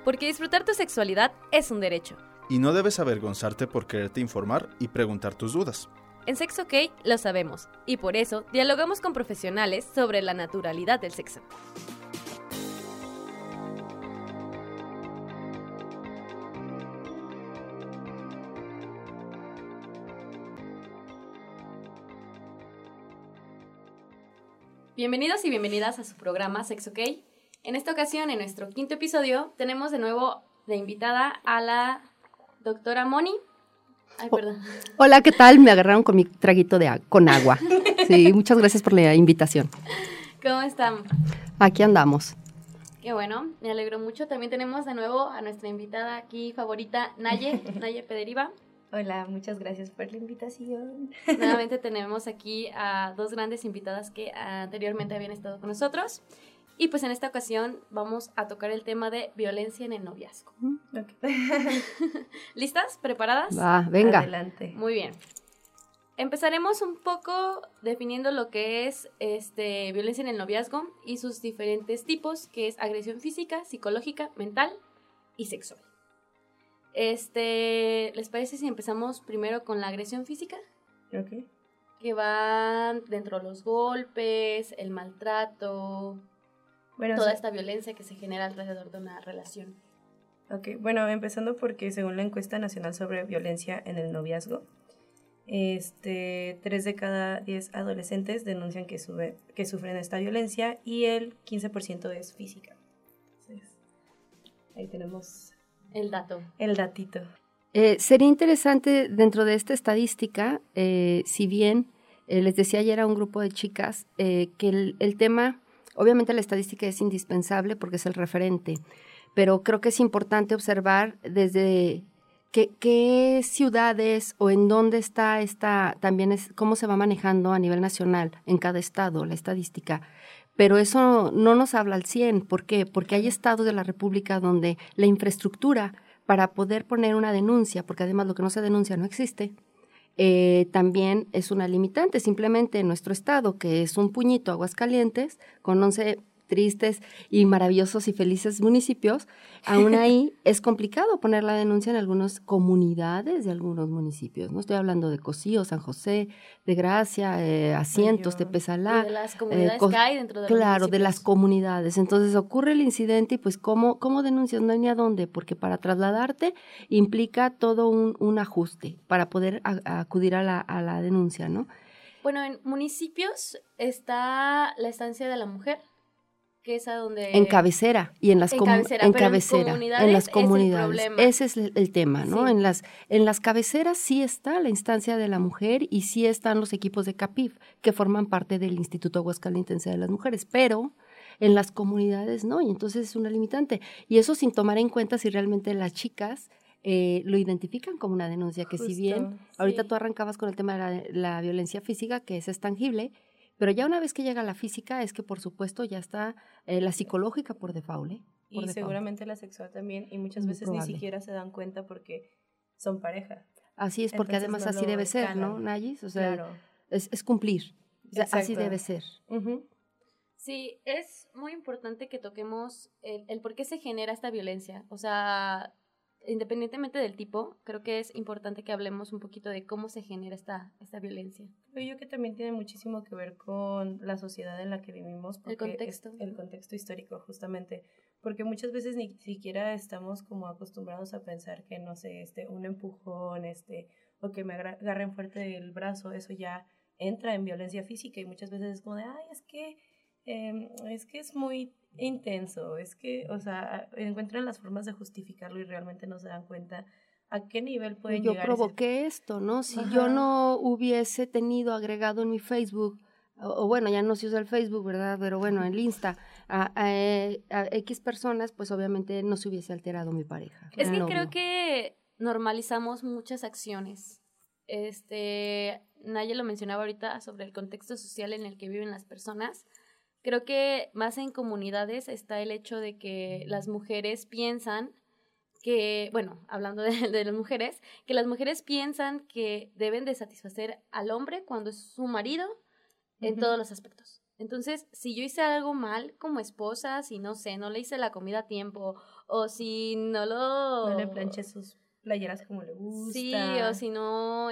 porque disfrutar tu sexualidad es un derecho. Y no debes avergonzarte por quererte informar y preguntar tus dudas. En Sexo OK lo sabemos, y por eso dialogamos con profesionales sobre la naturalidad del sexo. Bienvenidos y bienvenidas a su programa Sexo OK. En esta ocasión, en nuestro 5º episodio, tenemos de nuevo de invitada a la doctora Moni. Ay, perdón. Hola, ¿qué tal? Me agarraron con mi traguito con agua. Sí, muchas gracias por la invitación. ¿Cómo están? Aquí andamos. Qué bueno, me alegro mucho. También tenemos de nuevo a nuestra invitada aquí favorita, Naye Pederiva. Hola, muchas gracias por la invitación. Nuevamente tenemos aquí a dos grandes invitadas que anteriormente habían estado con nosotros. Y pues en esta ocasión vamos a tocar el tema de violencia en el noviazgo. Okay. ¿Listas? ¿Preparadas? Va, venga. Adelante. Muy bien. Empezaremos un poco definiendo lo que es violencia en el noviazgo y sus diferentes tipos, que es agresión física, psicológica, mental y sexual. ¿Les parece si empezamos primero con la agresión física? Ok. Que van dentro de los golpes, el maltrato, toda esta violencia que se genera alrededor de una relación. Ok, bueno, empezando porque según la encuesta nacional sobre violencia en el noviazgo, 3 de cada 10 adolescentes denuncian que sufren esta violencia y el 15% es física. Entonces, ahí tenemos el dato. El datito. Sería interesante dentro de esta estadística, si bien les decía ayer a un grupo de chicas que el tema, obviamente la estadística es indispensable porque es el referente, pero creo que es importante observar desde qué ciudades o en dónde está también es cómo se va manejando a nivel nacional en cada estado la estadística. Pero eso no nos habla al 100%. ¿Por qué? Porque hay estados de la República donde la infraestructura para poder poner una denuncia, porque además lo que no se denuncia no existe, también es una limitante. Simplemente en nuestro estado, que es un puñito Aguascalientes, con 11 tristes y maravillosos y felices municipios, aún ahí es complicado poner la denuncia en algunas comunidades de algunos municipios. No estoy hablando de Cocío, San José, de Gracia, Asientos, Tepesalá. De las comunidades que hay dentro de los Claro, municipios. de las comunidades. Entonces ocurre el incidente y pues ¿cómo denuncias? No hay ni a dónde, porque para trasladarte implica todo un ajuste para poder acudir a la denuncia, ¿no? Bueno, en municipios está la estancia de la mujer, que es a donde... En cabecera y en las comunidades. En las comunidades. Es el ese es el tema, ¿no? Sí. En las cabeceras sí está la instancia de la mujer y sí están los equipos de CAPIF, que forman parte del Instituto Aguascalientense de las Mujeres, pero en las comunidades no, y entonces es una limitante. Y eso sin tomar en cuenta si realmente las chicas lo identifican como una denuncia, que Justo, si bien ahorita tú arrancabas con el tema de la violencia física, que es tangible, pero ya una vez que llega la física es que por supuesto ya está la psicológica por default. Y seguramente la sexual también, y muchas veces ni siquiera se dan cuenta porque son pareja. Así es, porque entonces además así debe ser, ¿no, Nayis? O sea, claro. es cumplir, o sea, así debe ser. Uh-huh. Sí, es muy importante que toquemos el por qué se genera esta violencia. O sea, independientemente del tipo, creo que es importante que hablemos un poquito de cómo se genera esta violencia. Creo yo que también tiene muchísimo que ver con la sociedad en la que vivimos. El contexto. El contexto histórico, justamente. Porque muchas veces ni siquiera estamos como acostumbrados a pensar que, no sé, un empujón, o que me agarren fuerte del brazo, eso ya entra en violencia física. Y muchas veces es como de, ay, es que es muy intenso, es que, o sea, encuentran las formas de justificarlo y realmente no se dan cuenta a qué nivel pueden llegar. Yo provoqué esto, ¿no? Si Ajá. yo no hubiese tenido agregado en mi Facebook, o bueno, ya no se usa el Facebook, ¿verdad? Pero bueno, el Insta, a X personas, pues obviamente no se hubiese alterado mi pareja. Es que creo que normalizamos muchas acciones. Naya lo mencionaba ahorita sobre el contexto social en el que viven las personas. Creo que más en comunidades está el hecho de que las mujeres piensan que, bueno, hablando de las mujeres, que las mujeres piensan que deben de satisfacer al hombre cuando es su marido en todos los aspectos. Entonces, si yo hice algo mal como esposa, si no sé, no le hice la comida a tiempo, o si No le planché sus playeras como le gusta. Sí, o si no,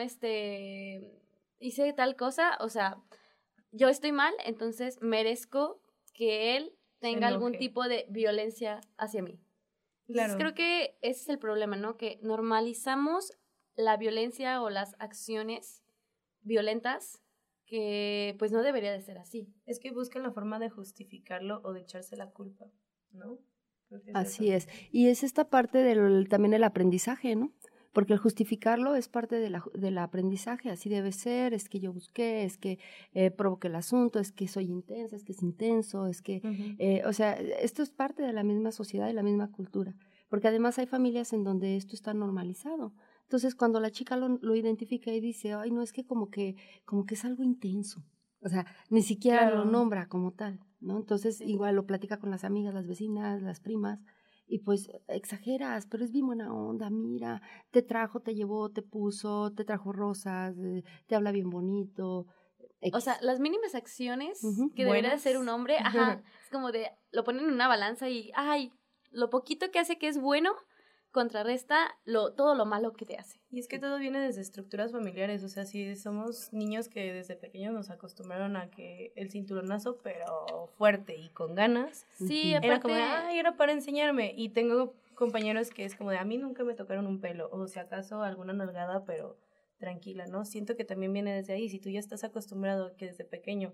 hice tal cosa, o sea, yo estoy mal, entonces merezco que él tenga algún tipo de violencia hacia mí. Entonces, creo que ese es el problema, ¿no? Que normalizamos la violencia o las acciones violentas que pues no debería de ser así. Es que buscan la forma de justificarlo o de echarse la culpa, ¿no? Así es. Y es esta parte también el aprendizaje, ¿no? Porque el justificarlo es parte del aprendizaje, así debe ser, es que yo busqué, es que provoqué el asunto, es que soy intensa, es que es intenso, es que, o sea, esto es parte de la misma sociedad y la misma cultura, porque además hay familias en donde esto está normalizado. Entonces, cuando la chica lo identifica y dice, ay, no, es que como que es algo intenso, o sea, ni siquiera lo nombra como tal, ¿no? Entonces, igual lo platica con las amigas, las vecinas, las primas, y pues exageras, pero es bien buena onda, mira, te trajo, te llevó, te puso, te trajo rosas, te habla bien bonito. O sea, las mínimas acciones que debería de ser un hombre, es como de, lo ponen en una balanza y, ay, lo poquito que hace que es bueno, contrarresta todo lo malo que te hace. Y es que todo viene desde estructuras familiares, o sea, si somos niños que desde pequeños nos acostumbraron a que el cinturonazo, pero fuerte y con ganas, sí, era como de, ay, era para enseñarme, y tengo compañeros que es como de, a mí nunca me tocaron un pelo, o si acaso alguna nalgada, pero tranquila, ¿no? Siento que también viene desde ahí, si tú ya estás acostumbrado a que desde pequeño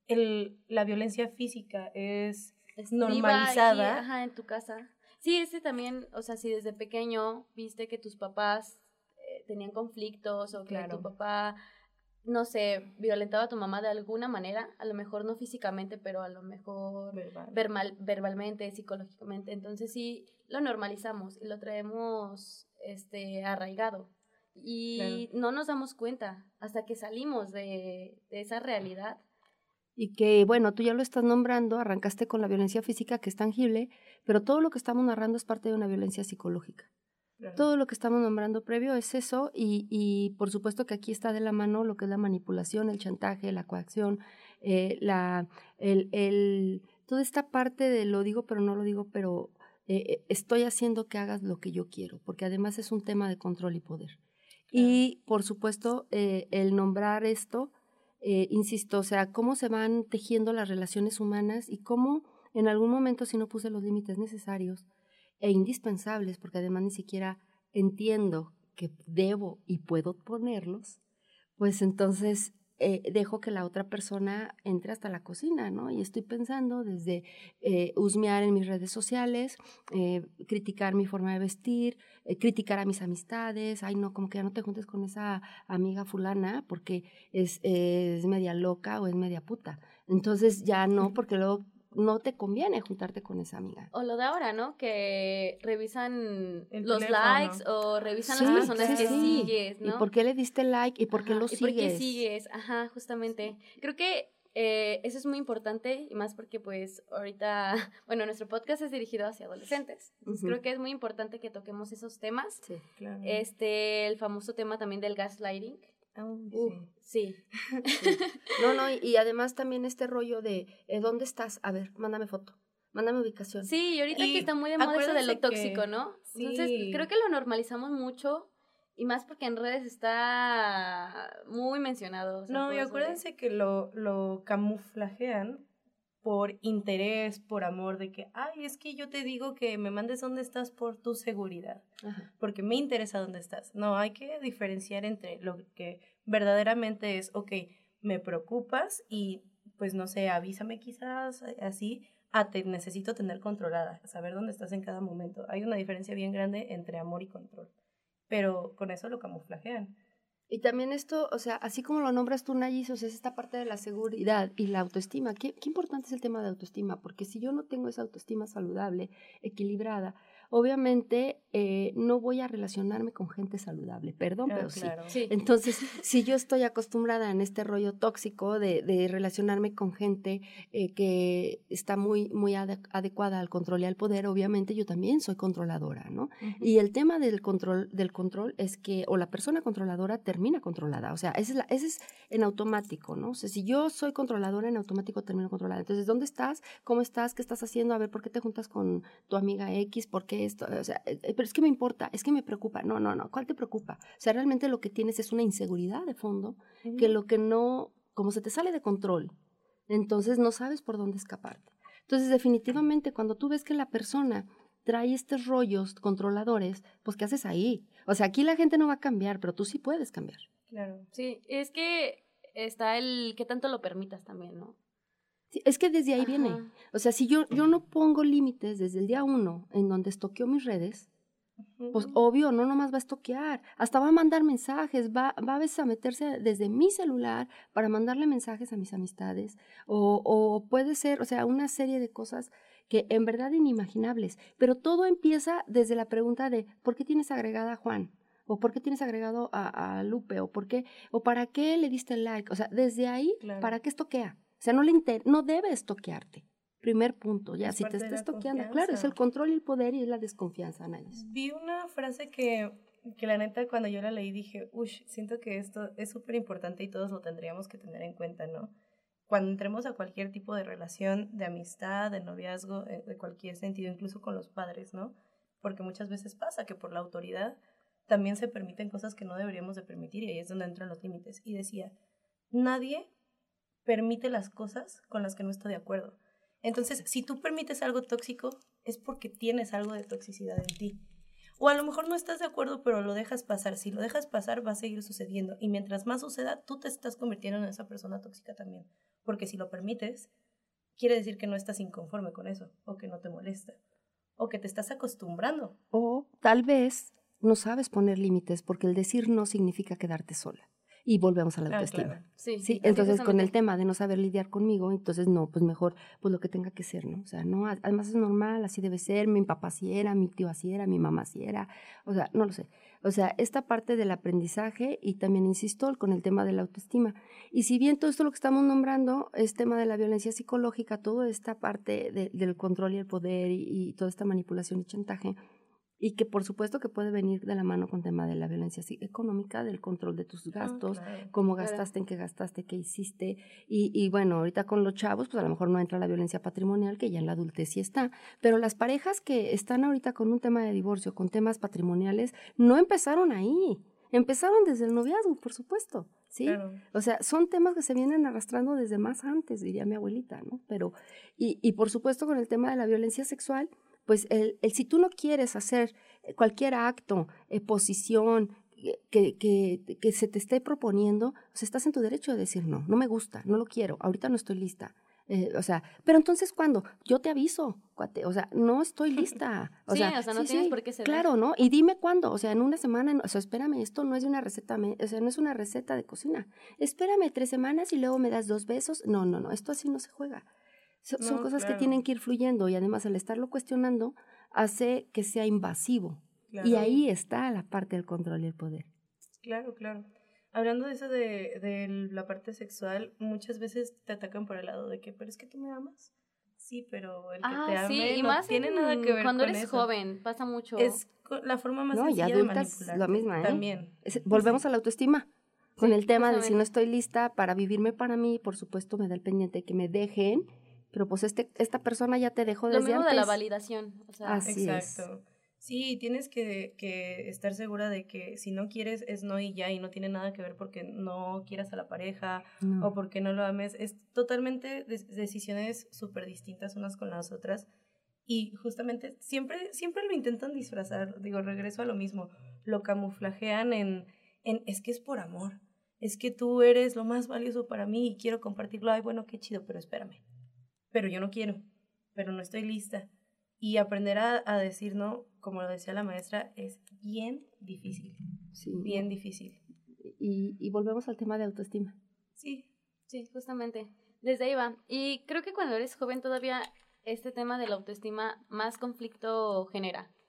la violencia física es normalizada. Aquí, en tu casa. Sí, ese también, o sea, si desde pequeño viste que tus papás tenían conflictos o que tu papá, no sé, violentaba a tu mamá de alguna manera, a lo mejor no físicamente, pero a lo mejor verbalmente, psicológicamente, entonces sí lo normalizamos y lo traemos arraigado y no nos damos cuenta hasta que salimos de esa realidad. Y que, bueno, tú ya lo estás nombrando, arrancaste con la violencia física que es tangible, pero todo lo que estamos narrando es parte de una violencia psicológica. Todo lo que estamos nombrando previo es eso y por supuesto que aquí está de la mano lo que es la manipulación, el chantaje, la coacción, toda esta parte de lo digo pero no lo digo, pero estoy haciendo que hagas lo que yo quiero, porque además es un tema de control y poder. Y por supuesto el nombrar esto, insisto, o sea, cómo se van tejiendo las relaciones humanas y cómo en algún momento si no puse los límites necesarios e indispensables, porque además ni siquiera entiendo que debo y puedo ponerlos, pues entonces dejo que la otra persona entre hasta la cocina, ¿no? Y estoy pensando desde husmear en mis redes sociales, criticar mi forma de vestir, criticar a mis amistades, ay no, como que ya no te juntes con esa amiga fulana porque es media loca o es media puta. Entonces ya no, porque luego no te conviene juntarte con esa amiga. O lo de ahora, ¿no? Que revisan los likes o revisan las personas que sigues, ¿no? ¿Y por qué le diste like? ¿Y por qué lo sigues? ¿Y por qué sigues? Ajá, justamente. Sí. Creo que eso es muy importante y más porque pues ahorita, bueno, nuestro podcast es dirigido hacia adolescentes. Entonces creo que es muy importante que toquemos esos temas. Sí, claro. El famoso tema también del gaslighting. Sí. No, y además también este rollo de ¿dónde estás? A ver, mándame foto, mándame ubicación. Sí, y ahorita que está muy de moda eso de lo tóxico, ¿no? Sí. Entonces creo que lo normalizamos mucho y más porque en redes está muy mencionado. O sea, no, y acuérdense que lo camuflajean por interés, por amor, de que, ay, es que yo te digo que me mandes dónde estás por tu seguridad, porque me interesa dónde estás. No, hay que diferenciar entre lo que verdaderamente es, ok, me preocupas y, pues, no sé, avísame quizás, así, te necesito tener controlada, saber dónde estás en cada momento. Hay una diferencia bien grande entre amor y control, pero con eso lo camuflajean. Y también esto, o sea, así como lo nombras tú, Nayis, o sea, es esta parte de la seguridad y la autoestima. ¿Qué importante es el tema de autoestima? Porque si yo no tengo esa autoestima saludable, equilibrada, obviamente no voy a relacionarme con gente saludable, perdón, pero claro. sí. Sí. Entonces, si yo estoy acostumbrada en este rollo tóxico de relacionarme con gente que está muy, muy adecuada al control y al poder, obviamente yo también soy controladora, ¿no? Y el tema del control es que, o la persona controladora termina controlada, o sea, ese es en automático, ¿no? O sea, si yo soy controladora, en automático termino controlada. Entonces, ¿dónde estás? ¿Cómo estás? ¿Qué estás haciendo? A ver, ¿por qué te juntas con tu amiga X? ¿Por qué esto? O sea, pero es que me importa, es que me preocupa. No, ¿cuál te preocupa? O sea, realmente lo que tienes es una inseguridad de fondo, que lo que no, como se te sale de control, entonces no sabes por dónde escaparte. Entonces, definitivamente, cuando tú ves que la persona trae estos rollos controladores, pues ¿qué haces ahí? O sea, aquí la gente no va a cambiar, pero tú sí puedes cambiar. Claro. Sí, es que está el que tanto lo permitas también, ¿no? Sí, es que desde ahí Ajá. viene. O sea, si yo no pongo límites desde el día 1 en donde estoqueo mis redes, pues obvio, no nomás va a estoquear, hasta va a mandar mensajes, va a veces a meterse desde mi celular para mandarle mensajes a mis amistades, o puede ser, o sea, una serie de cosas que en verdad inimaginables, pero todo empieza desde la pregunta de ¿por qué tienes agregada a Juan? ¿O por qué tienes agregado a Lupe? ¿O por qué? ¿O para qué le diste like? O sea, desde ahí, Claro. ¿para qué estoquea? O sea, no debe estoquearte. Primer punto, ya, Es si te parte de está la estoqueando, claro, es confianza. el control y el poder y es la desconfianza, Anaís. Vi una frase que la neta cuando yo la leí dije, uff, siento que esto es súper importante y todos lo tendríamos que tener en cuenta, ¿no? Cuando entremos a cualquier tipo de relación, de amistad, de noviazgo, de cualquier sentido, incluso con los padres, ¿no? Porque muchas veces pasa que por la autoridad también se permiten cosas que no deberíamos de permitir y ahí es donde entran los límites. Y decía, nadie permite las cosas con las que no está de acuerdo. Entonces, si tú permites algo tóxico, es porque tienes algo de toxicidad en ti. O a lo mejor no estás de acuerdo, pero lo dejas pasar. Si lo dejas pasar, va a seguir sucediendo. Y mientras más suceda, tú te estás convirtiendo en esa persona tóxica también. Porque si lo permites, quiere decir que no estás inconforme con eso, o que no te molesta, o que te estás acostumbrando. O tal vez no sabes poner límites porque el decir no significa quedarte sola. Y volvemos a la autoestima. Claro. Sí, entonces con el tema de no saber lidiar conmigo, entonces no, pues mejor, pues lo que tenga que ser, ¿no? O sea, no, además es normal, así debe ser, mi papá sí era, mi tío así era, mi mamá sí era, o sea, no lo sé. O sea, esta parte del aprendizaje y también, insisto, con el tema de la autoestima. Y si bien todo esto lo que estamos nombrando es tema de la violencia psicológica, toda esta parte del control y el poder y toda esta manipulación y chantaje, y que por supuesto que puede venir de la mano con tema de la violencia económica, del control de tus gastos, Claro. cómo gastaste, en qué hiciste, y bueno, ahorita con los chavos, pues a lo mejor no entra la violencia patrimonial, que ya en la adultez sí está, pero las parejas que están ahorita con un tema de divorcio, con temas patrimoniales, no empezaron ahí, empezaron desde el noviazgo, por supuesto, ¿sí? Claro. O sea, son temas que se vienen arrastrando desde más antes, diría mi abuelita, ¿no? Pero, y por supuesto con el tema de la violencia sexual, pues si tú no quieres hacer cualquier acto, posición que se te esté proponiendo, pues estás en tu derecho de decir no me gusta, no lo quiero, ahorita no estoy lista. O sea, pero entonces ¿cuándo? Yo te aviso, cuate, o sea, no estoy lista. O sea, no tienes por qué ceder. Claro, ¿no? Y dime cuándo, o sea, en una semana, o sea, espérame, esto no es de una receta, o sea, no es una receta de cocina. Espérame 3 semanas y luego me das 2 besos. No, esto así no se juega. Son cosas que tienen que ir fluyendo y además al estarlo cuestionando hace que sea invasivo. Claro. Y ahí está la parte del control y el poder. Claro. Hablando de eso de la parte sexual, muchas veces te atacan por el lado de que, pero es que tú me amas. Sí, pero el que te ame y no más tiene nada que ver cuando con eres eso. joven, pasa mucho. Es la forma más No, y sencilla de adultas manipularte. lo mismo, ¿eh? También. Volvemos a la autoestima. Con Sí, el tema de si no justamente. estoy lista para vivirme para mí, por supuesto me da el pendiente que me dejen, pero pues esta persona ya te dejó Lo desde mismo antes. de la validación. O sea, Así Exacto. Sí, tienes que estar segura de que si no quieres es no y ya, y no tiene nada que ver porque no quieras a la pareja No. o porque no lo ames. Es totalmente decisiones súper distintas unas con las otras. Y justamente siempre lo intentan disfrazar. Digo, regreso a lo mismo. Lo camuflajean en es que es por amor. Es que tú eres lo más valioso para mí y quiero compartirlo. Ay, bueno, qué chido, pero espérame. Pero yo no quiero, pero no estoy lista. Y aprender a decir no, como lo decía la maestra, es bien difícil. Sí, bien difícil. Y volvemos al tema de autoestima. Sí, justamente. Desde ahí va. Y creo que cuando eres joven todavía este tema de la autoestima más conflicto genera.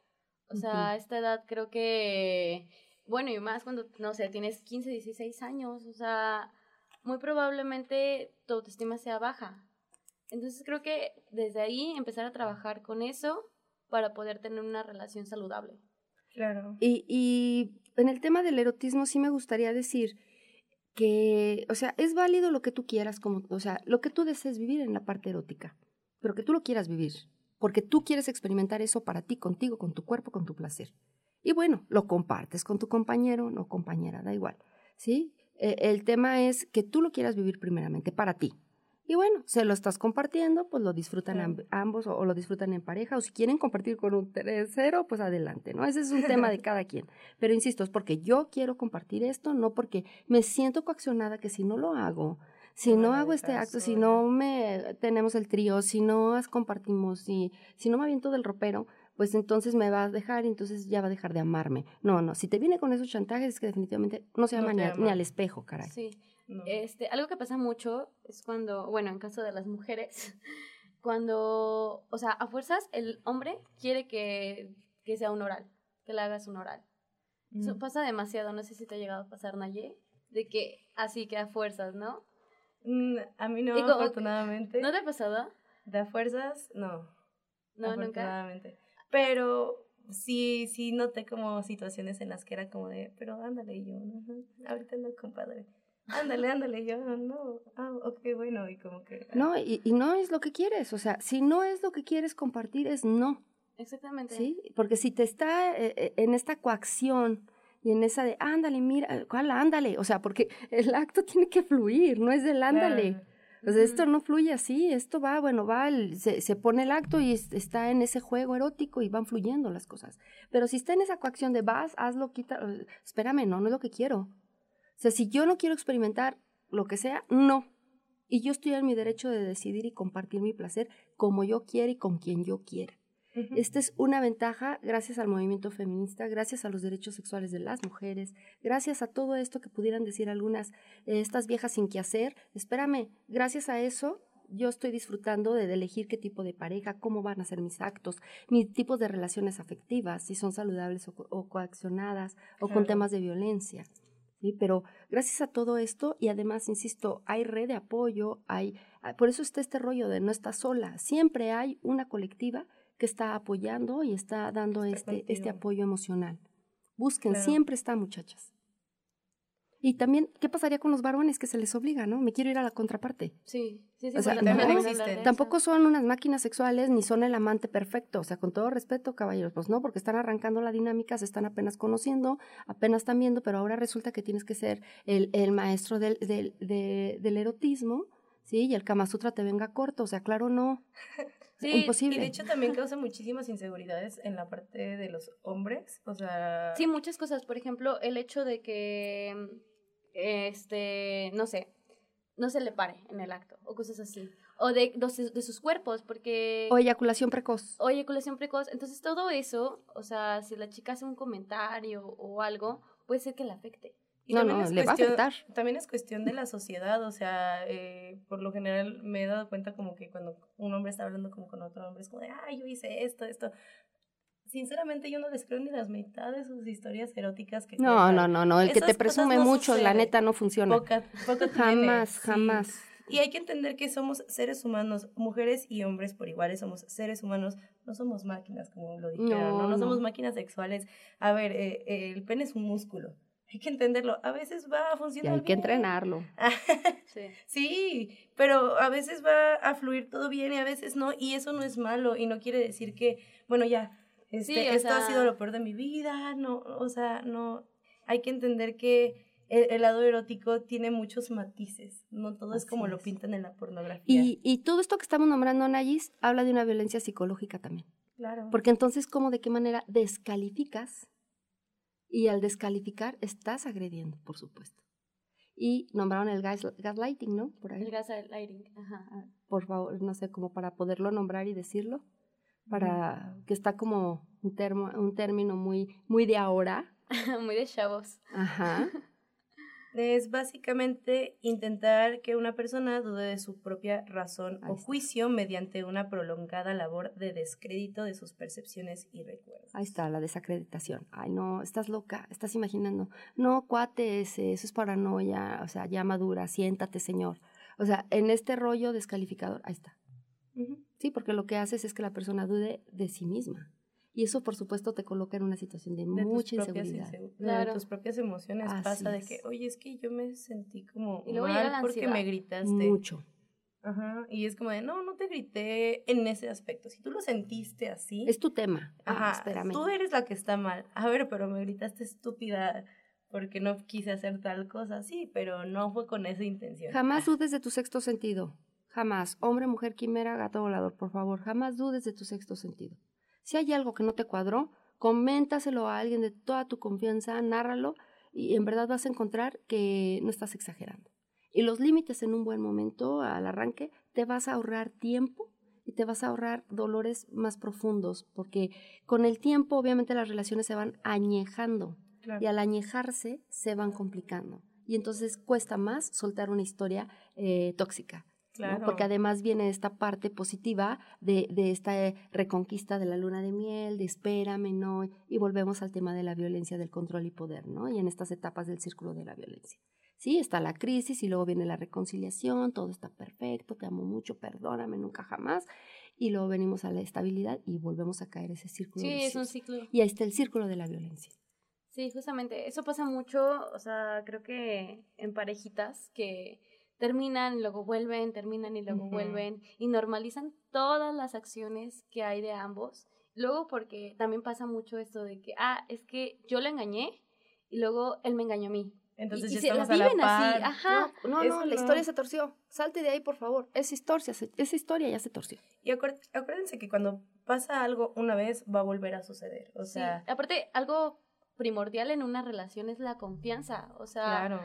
O sea, a esta edad creo que, bueno, y más cuando, no sé, tienes 15, 16 años, o sea, muy probablemente tu autoestima sea baja. Entonces creo que desde ahí empezar a trabajar con eso para poder tener una relación saludable. Claro. Y en el tema del erotismo sí me gustaría decir que, o sea, es válido lo que tú quieras, como, o sea, lo que tú desees vivir en la parte erótica, pero que tú lo quieras vivir, porque tú quieres experimentar eso para ti, contigo, con tu cuerpo, con tu placer. Y bueno, lo compartes con tu compañero, no compañera, da igual, ¿sí? El tema es que tú lo quieras vivir primeramente para ti. Y bueno, se lo estás compartiendo, pues lo disfrutan ambos o lo disfrutan en pareja, o si quieren compartir con un tercero, pues adelante, ¿no? Ese es un tema de cada quien. Pero insisto, es porque yo quiero compartir esto, no porque me siento coaccionada que si no lo hago, si no hago este acto, si no tenemos el trío, si no compartimos, si no me aviento del ropero, pues entonces me va a dejar y entonces ya va a dejar de amarme. No, si te viene con esos chantajes es que definitivamente no se ama ni al espejo, caray. Sí. No. Algo que pasa mucho es cuando, bueno, en caso de las mujeres, cuando, o sea, a fuerzas el hombre quiere que sea un oral, que le hagas un oral. Eso pasa demasiado, no sé si te ha llegado a pasar, Naye, de que así que a fuerzas, ¿no? A mí no, afortunadamente. ¿No te ha pasado? De a fuerzas, no. No, afortunadamente. Nunca. Pero sí noté como situaciones en las que era como de, pero ándale, y yo, no, ahorita no, compadre. Ándale, yo, no, ok, bueno, y como que... No, y no es lo que quieres, o sea, si no es lo que quieres compartir, es no. Exactamente. Sí, porque si te está en esta coacción y en esa de, ándale, mira, ¿cuál ándale? O sea, porque el acto tiene que fluir, no es del ándale. Claro. O sea, esto no fluye así, esto va, se pone el acto y está en ese juego erótico y van fluyendo las cosas. Pero si está en esa coacción de vas, hazlo, quita, espérame, no es lo que quiero. O sea, si yo no quiero experimentar lo que sea, no. Y yo estoy en mi derecho de decidir y compartir mi placer como yo quiera y con quien yo quiera. Esta es una ventaja gracias al movimiento feminista, gracias a los derechos sexuales de las mujeres, gracias a todo esto que pudieran decir algunas, estas viejas sin qué hacer. Espérame, gracias a eso yo estoy disfrutando de elegir qué tipo de pareja, cómo van a ser mis actos, mis tipos de relaciones afectivas, si son saludables o coaccionadas o con temas de violencia. Sí, pero gracias a todo esto y además, insisto, hay red de apoyo, por eso está este rollo de no estás sola, siempre hay una colectiva que está apoyando y está dando este apoyo emocional. Busquen, siempre está, muchachas. Y también, ¿qué pasaría con los varones que se les obliga, no? Me quiero ir a la contraparte. Sí, o sea, tampoco son unas máquinas sexuales ni son el amante perfecto. O sea, con todo respeto, caballeros, pues no, porque están arrancando la dinámica, se están apenas conociendo, apenas están viendo, pero ahora resulta que tienes que ser el maestro del erotismo, ¿sí? Y el Kama Sutra te venga corto, o sea, claro, no. Sí, imposible. Y de hecho también causa muchísimas inseguridades en la parte de los hombres, o sea... Sí, muchas cosas, por ejemplo, el hecho de que, no sé, no se le pare en el acto, o cosas así, o de sus cuerpos, porque... O eyaculación precoz. Entonces todo eso, o sea, si la chica hace un comentario o algo, puede ser que le afecte. Y le va a afectar. También es cuestión de la sociedad, o sea, por lo general me he dado cuenta como que cuando un hombre está hablando como con otro hombre es como de, yo hice esto. Sinceramente yo no les creo ni las mitad de sus historias eróticas que cuentan. No, el que te presume mucho, la neta no funciona. Poco jamás. Y hay que entender que somos seres humanos, mujeres y hombres por iguales, somos seres humanos, no somos máquinas, como lo dijeron, no somos máquinas sexuales. A ver, el pene es un músculo. Hay que entenderlo, a veces va a funcionar bien. Y hay que entrenarlo. Sí, pero a veces va a fluir todo bien y a veces no, y eso no es malo, y no quiere decir que, bueno, ya, esto ha sido lo peor de mi vida, no, o sea, no, hay que entender que el lado erótico tiene muchos matices, no todo es como lo pintan en la pornografía. Y todo esto que estamos nombrando, Nayis, habla de una violencia psicológica también. Claro. Porque entonces, ¿cómo, de qué manera descalificas? Y al descalificar, estás agrediendo, por supuesto. Y nombraron el gaslighting, ¿no? Por ahí. El gaslighting, ajá. Por favor, no sé, como para poderlo nombrar y decirlo, para que está como un término muy de ahora. Muy de chavos. Ajá. Es básicamente intentar que una persona dude de su propia razón o juicio mediante una prolongada labor de descrédito de sus percepciones y recuerdos. Ahí está, la desacreditación. Ay, no, estás loca, estás imaginando. No, cuate, eso es paranoia, o sea, ya madura, siéntate, señor. O sea, en este rollo descalificador, ahí está. Sí, porque lo que haces es que la persona dude de sí misma. Y eso, por supuesto, te coloca en una situación de mucha inseguridad. Claro. De tus propias emociones. Así pasa de que, oye, es que yo me sentí como y luego mal porque me gritaste. Mucho. Ajá, y es como de, no te grité en ese aspecto. Si tú lo sentiste así. Es tu tema. Ajá, espérame. Tú eres la que está mal. A ver, pero me gritaste estúpida porque no quise hacer tal cosa. Sí, pero no fue con esa intención. Jamás dudes de tu sexto sentido. Jamás. Hombre, mujer, quimera, gato volador, por favor. Jamás dudes de tu sexto sentido. Si hay algo que no te cuadró, coméntaselo a alguien de toda tu confianza, nárralo y en verdad vas a encontrar que no estás exagerando. Y los límites en un buen momento, al arranque, te vas a ahorrar tiempo y te vas a ahorrar dolores más profundos, porque con el tiempo obviamente las relaciones se van añejando. Claro. Y al añejarse se van complicando. Y entonces cuesta más soltar una historia tóxica. Claro. ¿No? Porque además viene esta parte positiva de esta reconquista de la luna de miel, de espérame, ¿no? Y volvemos al tema de la violencia, del control y poder, ¿no? Y en estas etapas del círculo de la violencia. Sí, está la crisis y luego viene la reconciliación, todo está perfecto, te amo mucho, perdóname, nunca jamás. Y luego venimos a la estabilidad y volvemos a caer ese círculo. Sí, es un ciclo. Y ahí está el círculo de la violencia. Sí, justamente, eso pasa mucho, o sea, creo que en parejitas que terminan y luego vuelven, terminan y luego vuelven y normalizan todas las acciones que hay de ambos. Luego porque también pasa mucho esto de que, es que yo le engañé y luego él me engañó a mí. Entonces y ya se estamos la viven a la par. así, ajá. No, la historia se torció. Salte de ahí, por favor. Esa historia ya se torció. Y acuérdense que cuando pasa algo una vez, va a volver a suceder. O sea, sí. Aparte, algo primordial en una relación es la confianza. O sea, claro.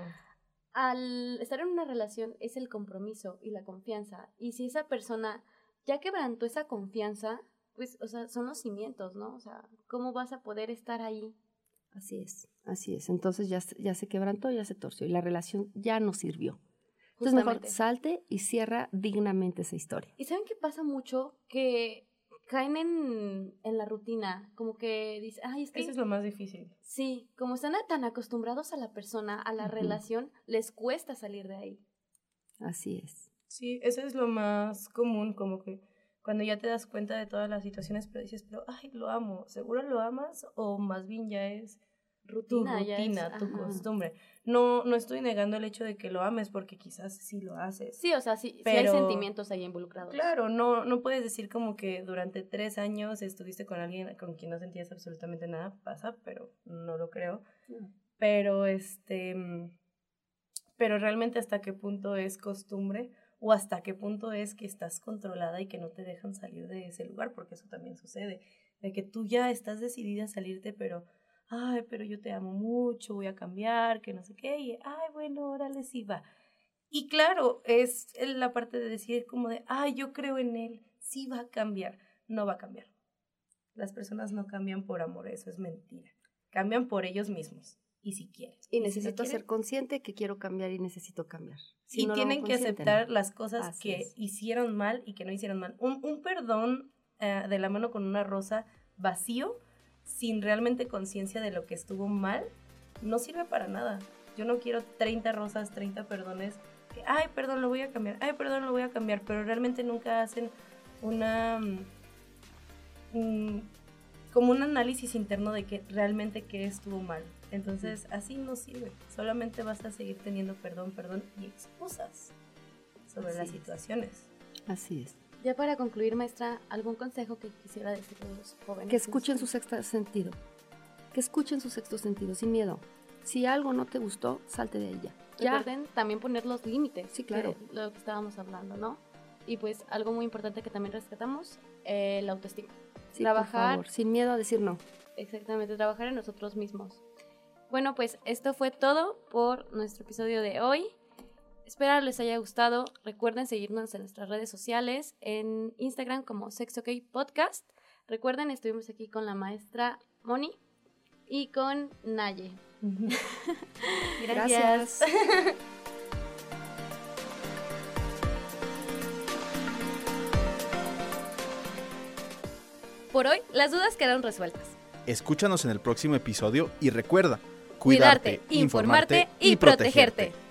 Al estar en una relación es el compromiso y la confianza. Y si esa persona ya quebrantó esa confianza, pues, o sea, son los cimientos, ¿no? O sea, ¿cómo vas a poder estar ahí? Así es. Entonces ya se quebrantó, ya se torció y la relación ya no sirvió. Entonces mejor salte y cierra dignamente esa historia. ¿Y saben qué pasa mucho? Que caen en la rutina, como que dicen, es que... Eso es lo más difícil. Sí, como están tan acostumbrados a la persona, a la relación, les cuesta salir de ahí. Así es. Sí, eso es lo más común, como que cuando ya te das cuenta de todas las situaciones, pero dices, lo amo, ¿seguro lo amas? O más bien ya es rutina, tu costumbre. No estoy negando el hecho de que lo ames, porque quizás sí lo haces. Sí, o sea, sí hay sentimientos ahí involucrados. Claro, no puedes decir como que durante 3 años estuviste con alguien con quien no sentías absolutamente nada. Pasa, pero no lo creo. Pero pero realmente hasta qué punto es costumbre o hasta qué punto es que estás controlada y que no te dejan salir de ese lugar, porque eso también sucede, de que tú ya estás decidida a salirte, pero yo te amo mucho, voy a cambiar, que no sé qué, y bueno, órale, sí va. Y claro, es la parte de decir como de, yo creo en él, sí va a cambiar. No va a cambiar. Las personas no cambian por amor, eso es mentira. Cambian por ellos mismos. Y si quieren. Y necesito ser consciente que quiero cambiar y necesito cambiar. Y tienen que aceptar las cosas que hicieron mal y que no hicieron mal. Un perdón de la mano con una rosa vacío, sin realmente conciencia de lo que estuvo mal, no sirve para nada. Yo no quiero 30 rosas, 30 perdones. Perdón, lo voy a cambiar. Perdón, lo voy a cambiar. Pero realmente nunca hacen como un análisis interno de que realmente qué estuvo mal. Entonces, así no sirve. Solamente vas a seguir teniendo perdón y excusas sobre las situaciones. Así es. Ya para concluir, maestra, ¿algún consejo que quisiera decirle a los jóvenes? Que escuchen su sexto sentido. Que escuchen su sexto sentido, sin miedo. Si algo no te gustó, salte de ella. Recuerden también poner los límites. Sí, claro. Lo que estábamos hablando, ¿no? Y pues algo muy importante que también rescatamos, la autoestima. Sí, trabajar, por favor, sin miedo a decir no. Exactamente, trabajar en nosotros mismos. Bueno, pues esto fue todo por nuestro episodio de hoy. Espero les haya gustado. Recuerden seguirnos en nuestras redes sociales, en Instagram como SexOK Podcast. Recuerden, estuvimos aquí con la maestra Moni y con Naye. Gracias. Por hoy, las dudas quedaron resueltas. Escúchanos en el próximo episodio y recuerda, Cuidarte, informarte y protegerte.